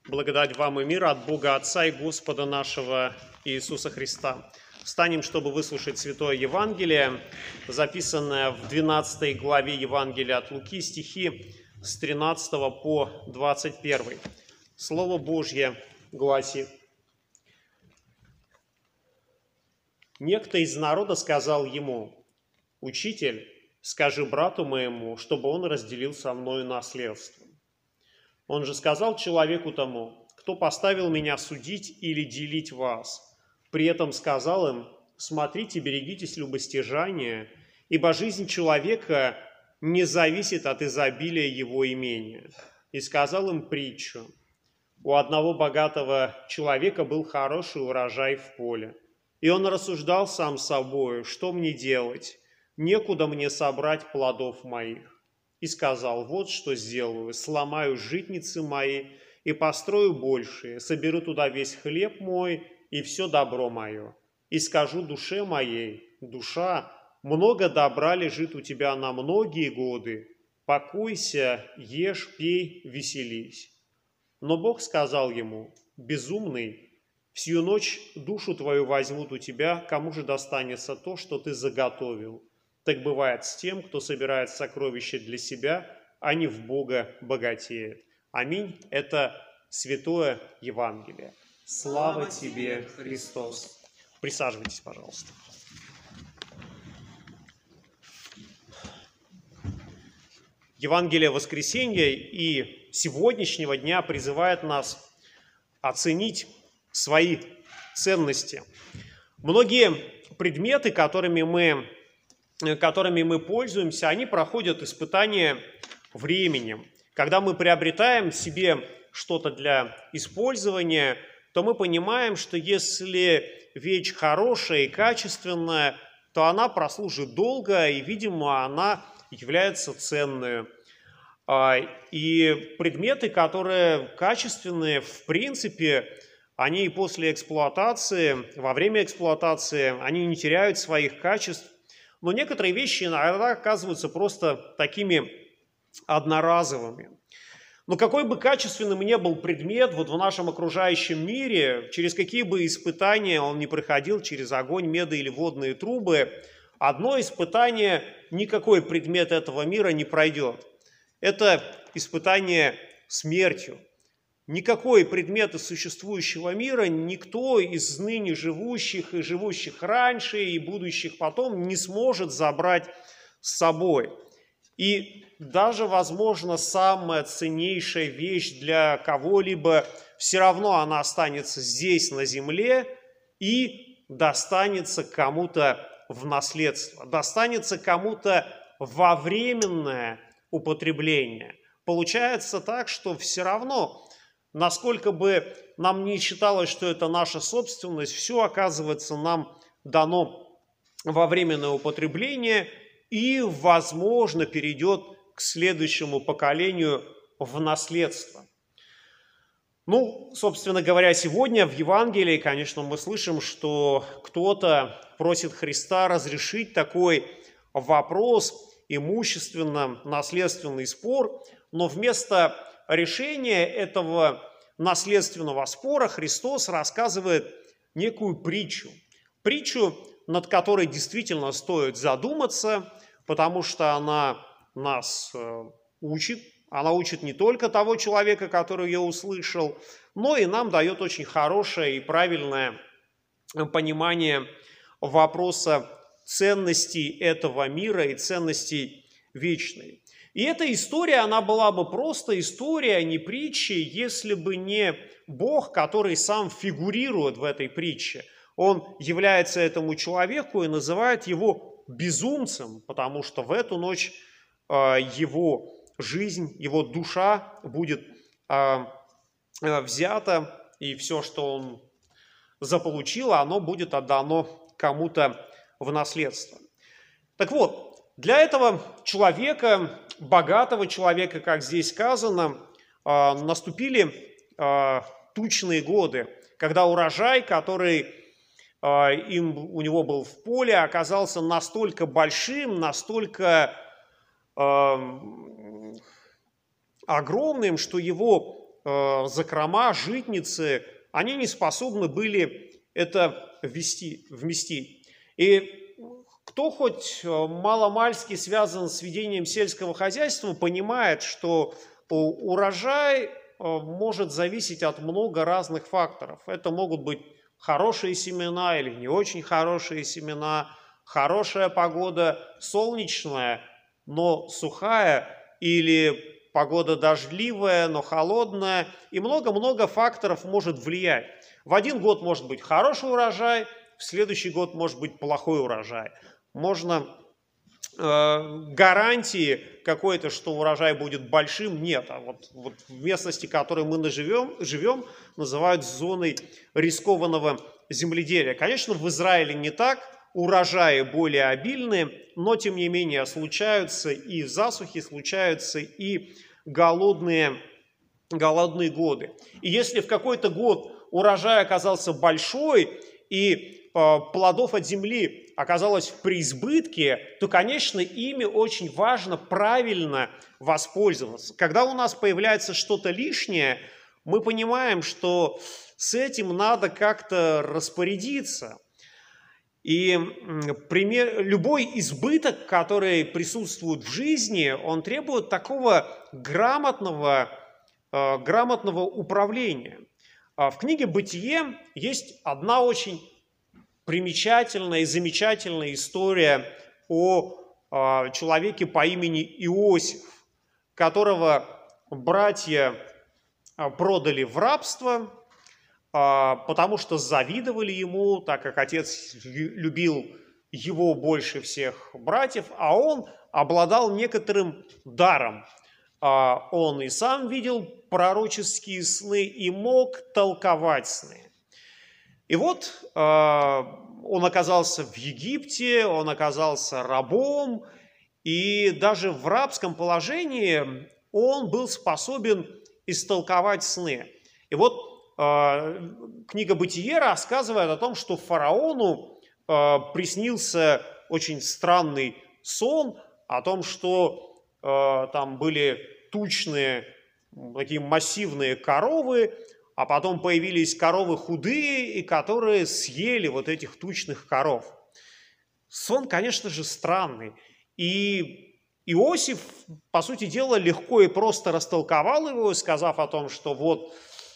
Благодать вам и мир от Бога Отца и Господа нашего Иисуса Христа. Встанем, чтобы выслушать Святое Евангелие, записанное в 12 главе Евангелия от Луки, стихи с 13 по 21. Слово Божье гласит: «Некто из народа сказал ему: „Учитель, скажи брату моему, чтобы он разделил со мною наследство“. Он же сказал человеку тому: „Кто поставил меня судить или делить вас?“ При этом сказал им: „Смотрите, берегитесь любостяжания, ибо жизнь человека не зависит от изобилия его имения“. И сказал им притчу: „У одного богатого человека был хороший урожай в поле. И он рассуждал сам с собою: „Что мне делать? Некуда мне собрать плодов моих“. И сказал: „Вот что сделаю: сломаю житницы мои и построю большие, соберу туда весь хлеб мой и все добро мое. И скажу душе моей: душа, много добра лежит у тебя на многие годы. Покойся, ешь, пей, веселись“. Но Бог сказал ему: „Безумный, всю ночь душу твою возьмут у тебя, кому же достанется то, что ты заготовил? Так бывает с тем, кто собирает сокровища для себя, а не в Бога богатеет“. Аминь. Это Святое Евангелие. Слава тебе, Христос. Присаживайтесь, пожалуйста. Евангелие воскресенья и сегодняшнего дня призывает нас оценить свои ценности. Многие предметы, которыми мы пользуемся, они проходят испытания временем. Когда мы приобретаем себе что-то для использования, то мы понимаем, что если вещь хорошая и качественная, то она прослужит долго, и, видимо, она является ценной. И предметы, которые качественные, в принципе, они и после эксплуатации, во время эксплуатации, они не теряют своих качеств. Но некоторые вещи иногда оказываются просто такими одноразовыми. Но какой бы качественным ни был предмет вот в нашем окружающем мире, через какие бы испытания он ни проходил, через огонь, меды или водные трубы, одно испытание никакой предмет этого мира не пройдет. Это испытание смертью. Никакой предмет из существующего мира никто из ныне живущих и живущих раньше и будущих потом не сможет забрать с собой. И даже, возможно, самая ценнейшая вещь для кого-либо, все равно она останется здесь, на земле, и достанется кому-то в наследство, достанется кому-то во временное употребление. Получается так, что все равно, насколько бы нам ни считалось, что это наша собственность, все оказывается нам дано во временное употребление и, возможно, перейдет к следующему поколению в наследство. Ну, собственно говоря, сегодня в Евангелии, конечно, мы слышим, что кто-то просит Христа разрешить такой вопрос, имущественно-наследственный спор, но вместо решения этого наследственного спора Христос рассказывает некую притчу. Притчу, над которой действительно стоит задуматься, потому что она нас учит. Она учит не только того человека, который ее услышал, но и нам дает очень хорошее и правильное понимание вопроса ценностей этого мира и ценностей вечной. И эта история, она была бы просто история, а не притча, если бы не Бог, который сам фигурирует в этой притче. Он является этому человеку и называет его безумцем, потому что в эту ночь его жизнь, его душа будет взята, и все, что он заполучил, оно будет отдано кому-то в наследство. Так вот, для этого человека, богатого человека, как здесь сказано, наступили тучные годы, когда урожай, который у него был в поле, оказался настолько большим, настолько огромным, что его закрома, житницы, они не способны были это вместить. И кто хоть маломальски связан с ведением сельского хозяйства, понимает, что урожай может зависеть от много разных факторов. Это могут быть хорошие семена или не очень хорошие семена, хорошая погода, солнечная, но сухая, или погода дождливая, но холодная, и много-много факторов может влиять. В один год может быть хороший урожай, в следующий год может быть плохой урожай. Можно гарантии какой-то, что урожай будет большим, нет. А вот в местности, в которой мы живем, называют зоной рискованного земледелия. Конечно, в Израиле не так, урожаи более обильные, но тем не менее случаются и засухи, случаются и голодные годы. И если в какой-то год урожай оказался большой и плодов от земли оказалось в преизбытке, то, конечно, ими очень важно правильно воспользоваться. Когда у нас появляется что-то лишнее, мы понимаем, что с этим надо как-то распорядиться. И любой избыток, который присутствует в жизни, он требует такого грамотного управления. В книге «Бытие» есть одна очень примечательная и замечательная история о человеке по имени Иосиф, которого братья продали в рабство, потому что завидовали ему, так как отец любил его больше всех братьев, а он обладал некоторым даром. Он и сам видел пророческие сны и мог толковать сны. И вот он оказался в Египте, он оказался рабом, и даже в рабском положении он был способен истолковать сны. И вот книга «Бытие» рассказывает о том, что фараону приснился очень странный сон о том, что там были тучные, такие массивные коровы, а потом появились коровы худые, и которые съели вот этих тучных коров. Сон, конечно же, странный. И Иосиф, по сути дела, легко и просто растолковал его, сказав о том, что вот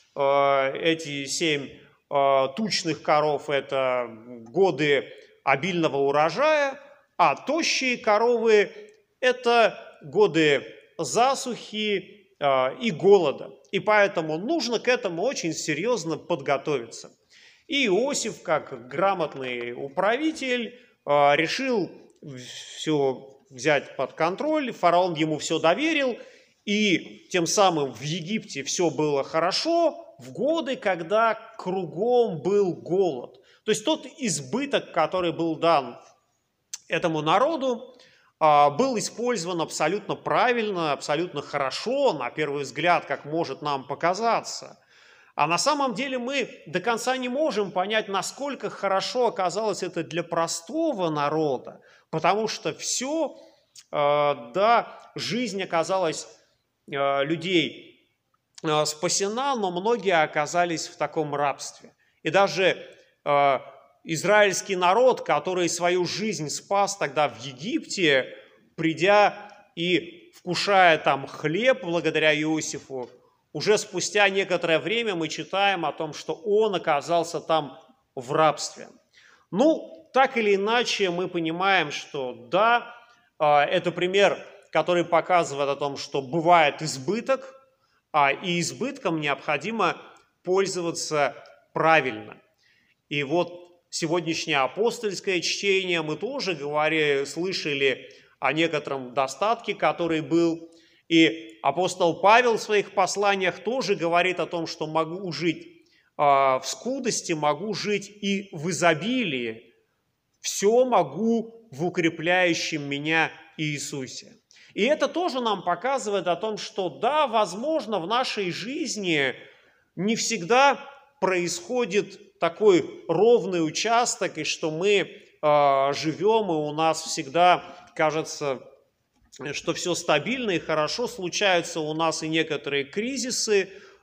эти 7 тучных коров – это годы обильного урожая, а тощие коровы – это годы засухи и голода. И поэтому нужно к этому очень серьезно подготовиться. И Иосиф, как грамотный управитель, решил все взять под контроль. Фараон ему все доверил, и тем самым в Египте все было хорошо в годы, когда кругом был голод. То есть тот избыток, который был дан этому народу, был использован абсолютно правильно, абсолютно хорошо, на первый взгляд, как может нам показаться. А на самом деле мы до конца не можем понять, насколько хорошо оказалось это для простого народа, потому что жизнь оказалась людей спасена, но многие оказались в таком рабстве. И даже израильский народ, который свою жизнь спас тогда в Египте, придя и вкушая там хлеб благодаря Иосифу, уже спустя некоторое время мы читаем о том, что он оказался там в рабстве. Ну, так или иначе, мы понимаем, что да, это пример, который показывает о том, что бывает избыток, и избытком необходимо пользоваться правильно. И вот сегодняшнее апостольское чтение мы тоже слышали о некотором достатке, который был. И апостол Павел в своих посланиях тоже говорит о том, что могу жить в скудости, могу жить и в изобилии. Все могу в укрепляющем меня Иисусе. И это тоже нам показывает о том, что да, возможно, в нашей жизни не всегда происходит такой ровный участок, и что мы живем, и у нас всегда кажется, что все стабильно и хорошо. Случаются у нас и некоторые кризисы,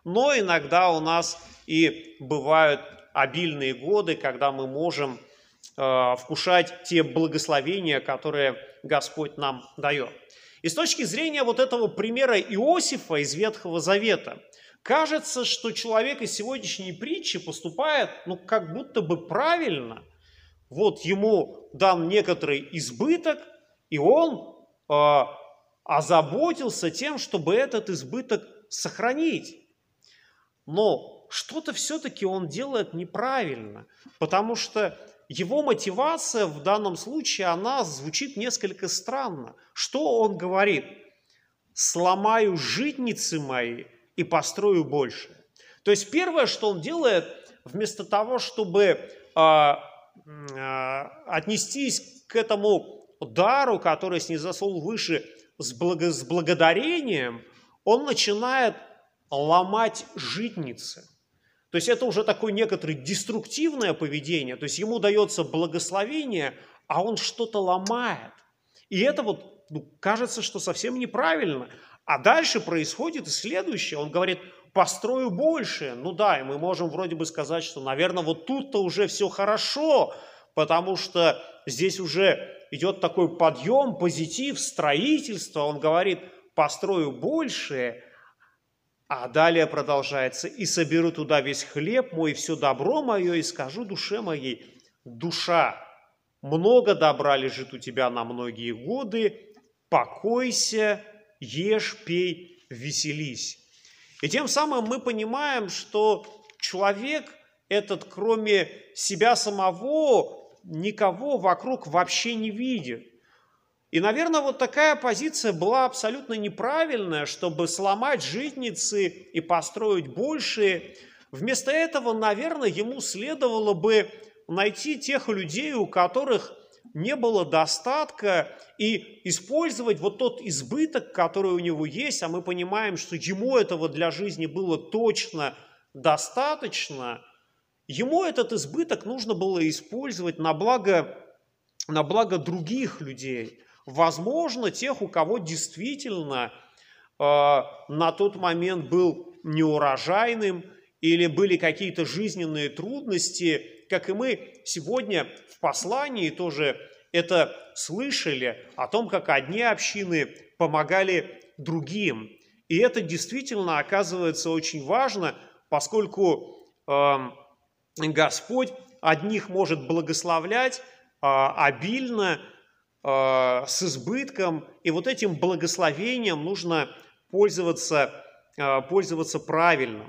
Но иногда у нас и бывают обильные годы, когда мы можем вкушать те благословения, которые Господь нам дает. И с точки зрения вот этого примера Иосифа из Ветхого Завета, кажется, что человек из сегодняшней притчи поступает, как будто бы правильно. Вот ему дан некоторый избыток, и он озаботился тем, чтобы этот избыток сохранить. Но что-то все-таки он делает неправильно, потому что его мотивация в данном случае, она звучит несколько странно. Что он говорит? «Сломаю житницы мои и построю больше». То есть первое, что он делает, вместо того, чтобы отнестись к этому дару, который снизошел выше, с благодарением, он начинает ломать житницы. То есть это уже такое некоторое деструктивное поведение, то есть ему дается благословение, а он что-то ломает. И это вот кажется, что совсем неправильно. А дальше происходит следующее. Он говорит, построю больше. Ну да, и мы можем вроде бы сказать, что, наверное, вот тут-то уже все хорошо, потому что здесь уже идет такой подъем, позитив, строительство. Он говорит, построю больше. А далее продолжается, и соберу туда весь хлеб мой, и все добро мое, и скажу душе моей, душа, много добра лежит у тебя на многие годы, покойся, ешь, пей, веселись. И тем самым мы понимаем, что человек этот, кроме себя самого, никого вокруг вообще не видит. И, наверное, вот такая позиция была абсолютно неправильная, чтобы сломать житницы и построить большие. Вместо этого, наверное, ему следовало бы найти тех людей, у которых не было достатка, и использовать вот тот избыток, который у него есть, а мы понимаем, что ему этого для жизни было точно достаточно, ему этот избыток нужно было использовать на благо других людей. Возможно, тех, у кого действительно на тот момент был неурожайным или были какие-то жизненные трудности, как и мы сегодня в послании тоже это слышали, о том, как одни общины помогали другим. И это действительно оказывается очень важно, поскольку Господь одних может благословлять обильно, с избытком, и вот этим благословением нужно пользоваться правильно.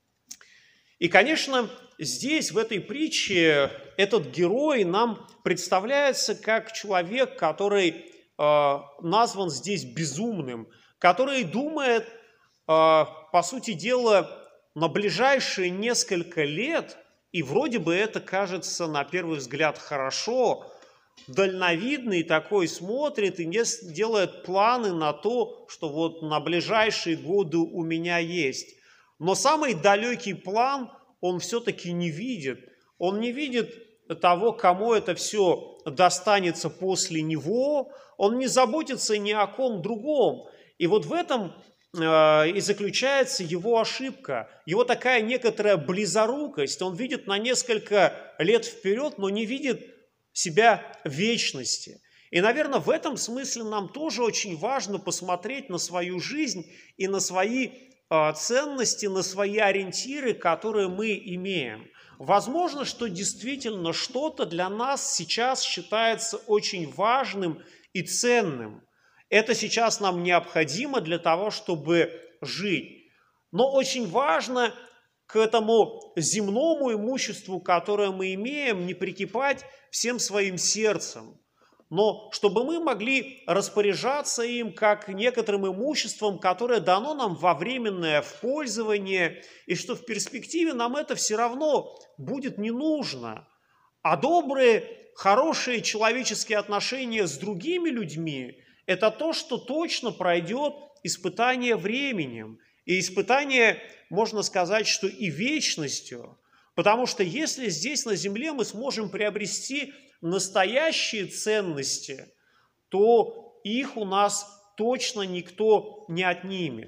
И, конечно, здесь, в этой притче, этот герой нам представляется как человек, который назван здесь безумным, который думает, по сути дела, на ближайшие несколько лет, и вроде бы это кажется на первый взгляд хорошо, дальновидный такой смотрит и делает планы на то, что вот на ближайшие годы у меня есть. Но самый далекий план он все-таки не видит. Он не видит того, кому это все достанется после него. Он не заботится ни о ком другом. И вот в этом и заключается его ошибка, его такая некоторая близорукость. Он видит на несколько лет вперед, но не видит себя в вечности. И, наверное, в этом смысле нам тоже очень важно посмотреть на свою жизнь и на свои ценности, на свои ориентиры, которые мы имеем. Возможно, что действительно что-то для нас сейчас считается очень важным и ценным. Это сейчас нам необходимо для того, чтобы жить. Но очень важно к этому земному имуществу, которое мы имеем, не прикипать всем своим сердцем, но чтобы мы могли распоряжаться им как некоторым имуществом, которое дано нам во временное в пользование, и что в перспективе нам это все равно будет не нужно. А добрые, хорошие человеческие отношения с другими людьми – это то, что точно пройдет испытание временем. И испытание, можно сказать, что и вечностью. Потому что если здесь на земле мы сможем приобрести настоящие ценности, то их у нас точно никто не отнимет.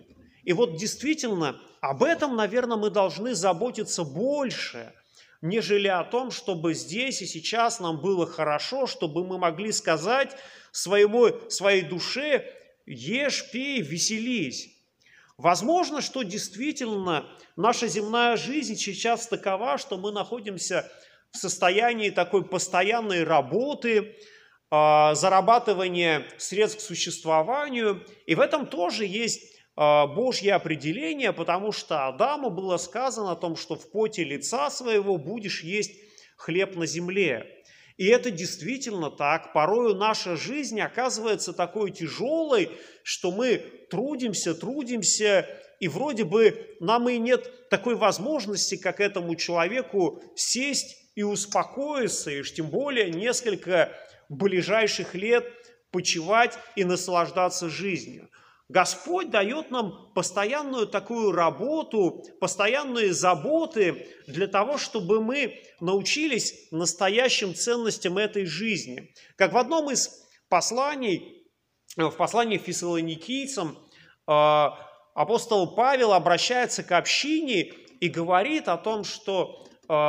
И вот действительно, об этом, наверное, мы должны заботиться больше, нежели о том, чтобы здесь и сейчас нам было хорошо, чтобы мы могли сказать своей душе: ешь, пей, веселись. Возможно, что действительно наша земная жизнь сейчас такова, что мы находимся в состоянии такой постоянной работы, зарабатывания средств к существованию. И в этом тоже есть Божье определение, потому что Адаму было сказано о том, что в поте лица своего будешь есть хлеб на земле. И это действительно так. Порою наша жизнь оказывается такой тяжелой, что мы трудимся, и вроде бы нам и нет такой возможности, как этому человеку, сесть и успокоиться, и уж тем более несколько ближайших лет почивать и наслаждаться жизнью. Господь дает нам постоянную такую работу, постоянные заботы для того, чтобы мы научились настоящим ценностям этой жизни. Как в одном из посланий, в послании к фессалоникийцам, апостол Павел обращается к общине и говорит о том, что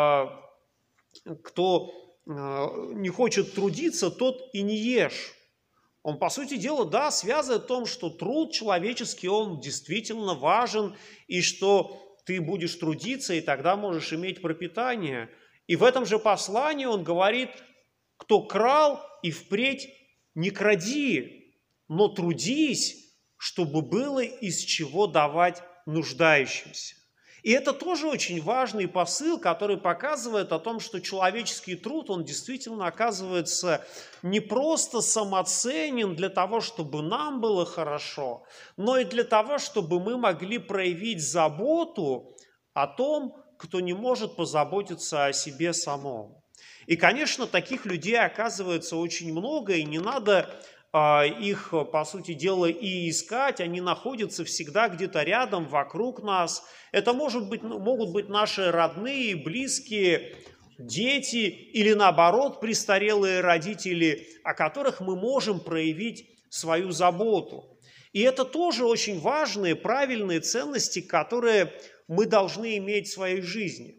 кто не хочет трудиться, тот и не ешь. Он, по сути дела, да, связывает о том, что труд человеческий, он действительно важен, и что ты будешь трудиться, и тогда можешь иметь пропитание. И в этом же послании он говорит: кто крал, и впредь не кради, но трудись, чтобы было из чего давать нуждающимся. И это тоже очень важный посыл, который показывает о том, что человеческий труд, он действительно оказывается не просто самоценен для того, чтобы нам было хорошо, но и для того, чтобы мы могли проявить заботу о том, кто не может позаботиться о себе самом. И, конечно, таких людей оказывается очень много, и не надо их, по сути дела, и искать, они находятся всегда где-то рядом, вокруг нас. Это могут быть наши родные, близкие, дети или, наоборот, престарелые родители, о которых мы можем проявить свою заботу. И это тоже очень важные, правильные ценности, которые мы должны иметь в своей жизни.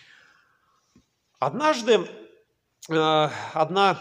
Однажды одна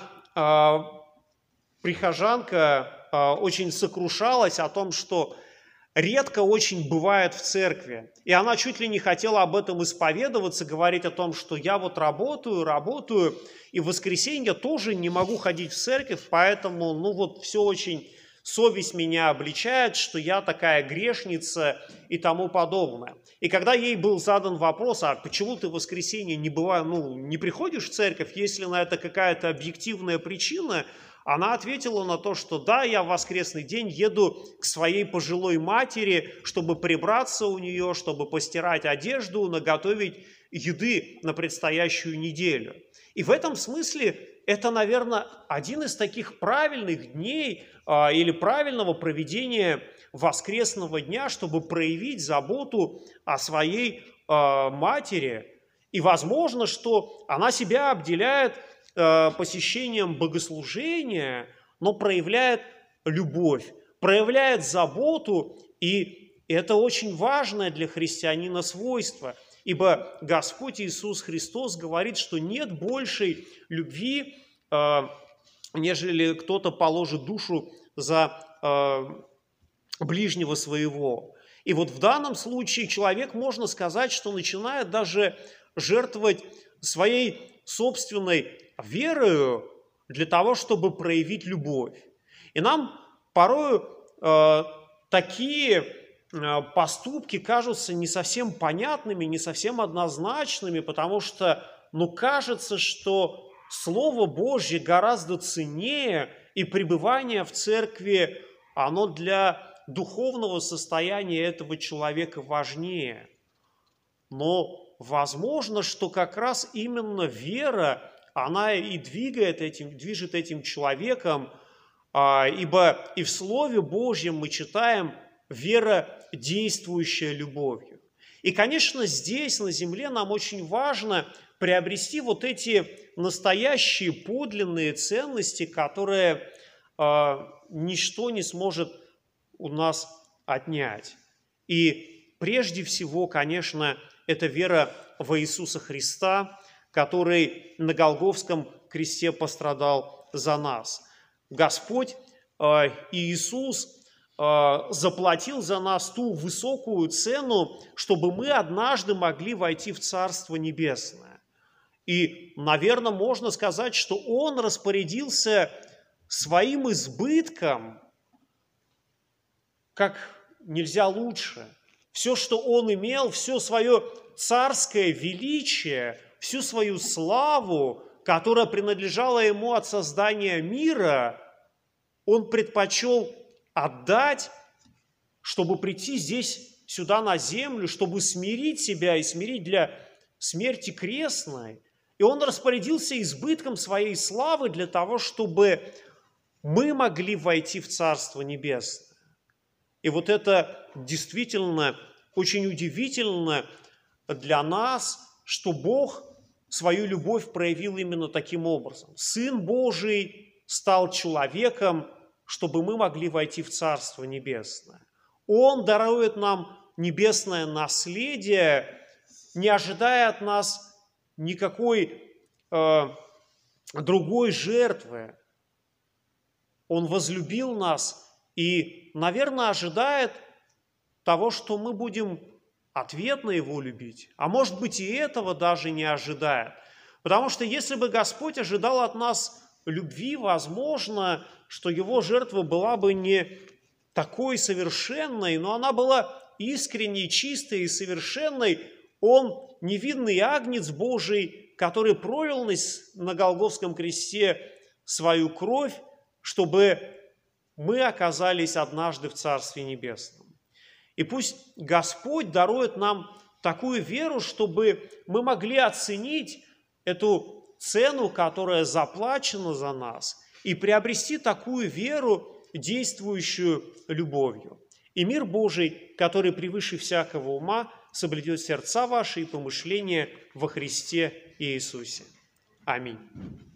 прихожанка очень сокрушалась о том, что редко очень бывает в церкви. И она чуть ли не хотела об этом исповедоваться, говорить о том, что я вот работаю, и в воскресенье тоже не могу ходить в церковь, поэтому, все очень, совесть меня обличает, что я такая грешница и тому подобное. И когда ей был задан вопрос: а почему ты в воскресенье не приходишь в церковь, если на это какая-то объективная причина, она ответила на то, что да, я в воскресный день еду к своей пожилой матери, чтобы прибраться у нее, чтобы постирать одежду, наготовить еды на предстоящую неделю. И в этом смысле это, наверное, один из таких правильных дней или правильного проведения воскресного дня, чтобы проявить заботу о своей матери. И возможно, что она себя обделяет посещением богослужения, но проявляет любовь, проявляет заботу, и это очень важное для христианина свойство, ибо Господь Иисус Христос говорит, что нет большей любви, нежели кто-то положит душу за ближнего своего. И вот в данном случае человек, можно сказать, что начинает даже жертвовать своей собственной верою для того, чтобы проявить любовь. И нам порою такие поступки кажутся не совсем понятными, не совсем однозначными, потому что, кажется, что Слово Божье гораздо ценнее, и пребывание в церкви, оно для духовного состояния этого человека важнее. Но возможно, что как раз именно вера, она и движет этим человеком, ибо и в Слове Божьем мы читаем: вера, действующая любовью. И, конечно, здесь, на земле, нам очень важно приобрести вот эти настоящие подлинные ценности, которые ничто не сможет у нас отнять. И прежде всего, конечно, это вера во Иисуса Христа, который на Голгофском кресте пострадал за нас. Господь Иисус заплатил за нас ту высокую цену, чтобы мы однажды могли войти в Царство Небесное. И, наверное, можно сказать, что Он распорядился своим избытком как нельзя лучше. Все, что Он имел, все свое царское величие, всю свою славу, которая принадлежала Ему от создания мира, Он предпочел отдать, чтобы прийти здесь, сюда на землю, чтобы смирить себя и смирить для смерти крестной. И Он распорядился избытком своей славы для того, чтобы мы могли войти в Царство Небесное. И вот это действительно очень удивительно для нас, что Бог свою любовь проявил именно таким образом. Сын Божий стал человеком, чтобы мы могли войти в Царство Небесное. Он дарует нам небесное наследие, не ожидая от нас никакой другой жертвы. Он возлюбил нас и, наверное, ожидает того, что мы будем ответно Его любить. А может быть, и этого даже не ожидает. Потому что если бы Господь ожидал от нас любви, возможно, что Его жертва была бы не такой совершенной, но она была искренней, чистой и совершенной. Он невинный агнец Божий, который пролил на Голгофском кресте свою кровь, чтобы мы оказались однажды в Царстве Небесном. И пусть Господь дарует нам такую веру, чтобы мы могли оценить эту цену, которая заплачена за нас, и приобрести такую веру, действующую любовью. И мир Божий, который превыше всякого ума, соблюдет сердца ваши и помышления во Христе Иисусе. Аминь.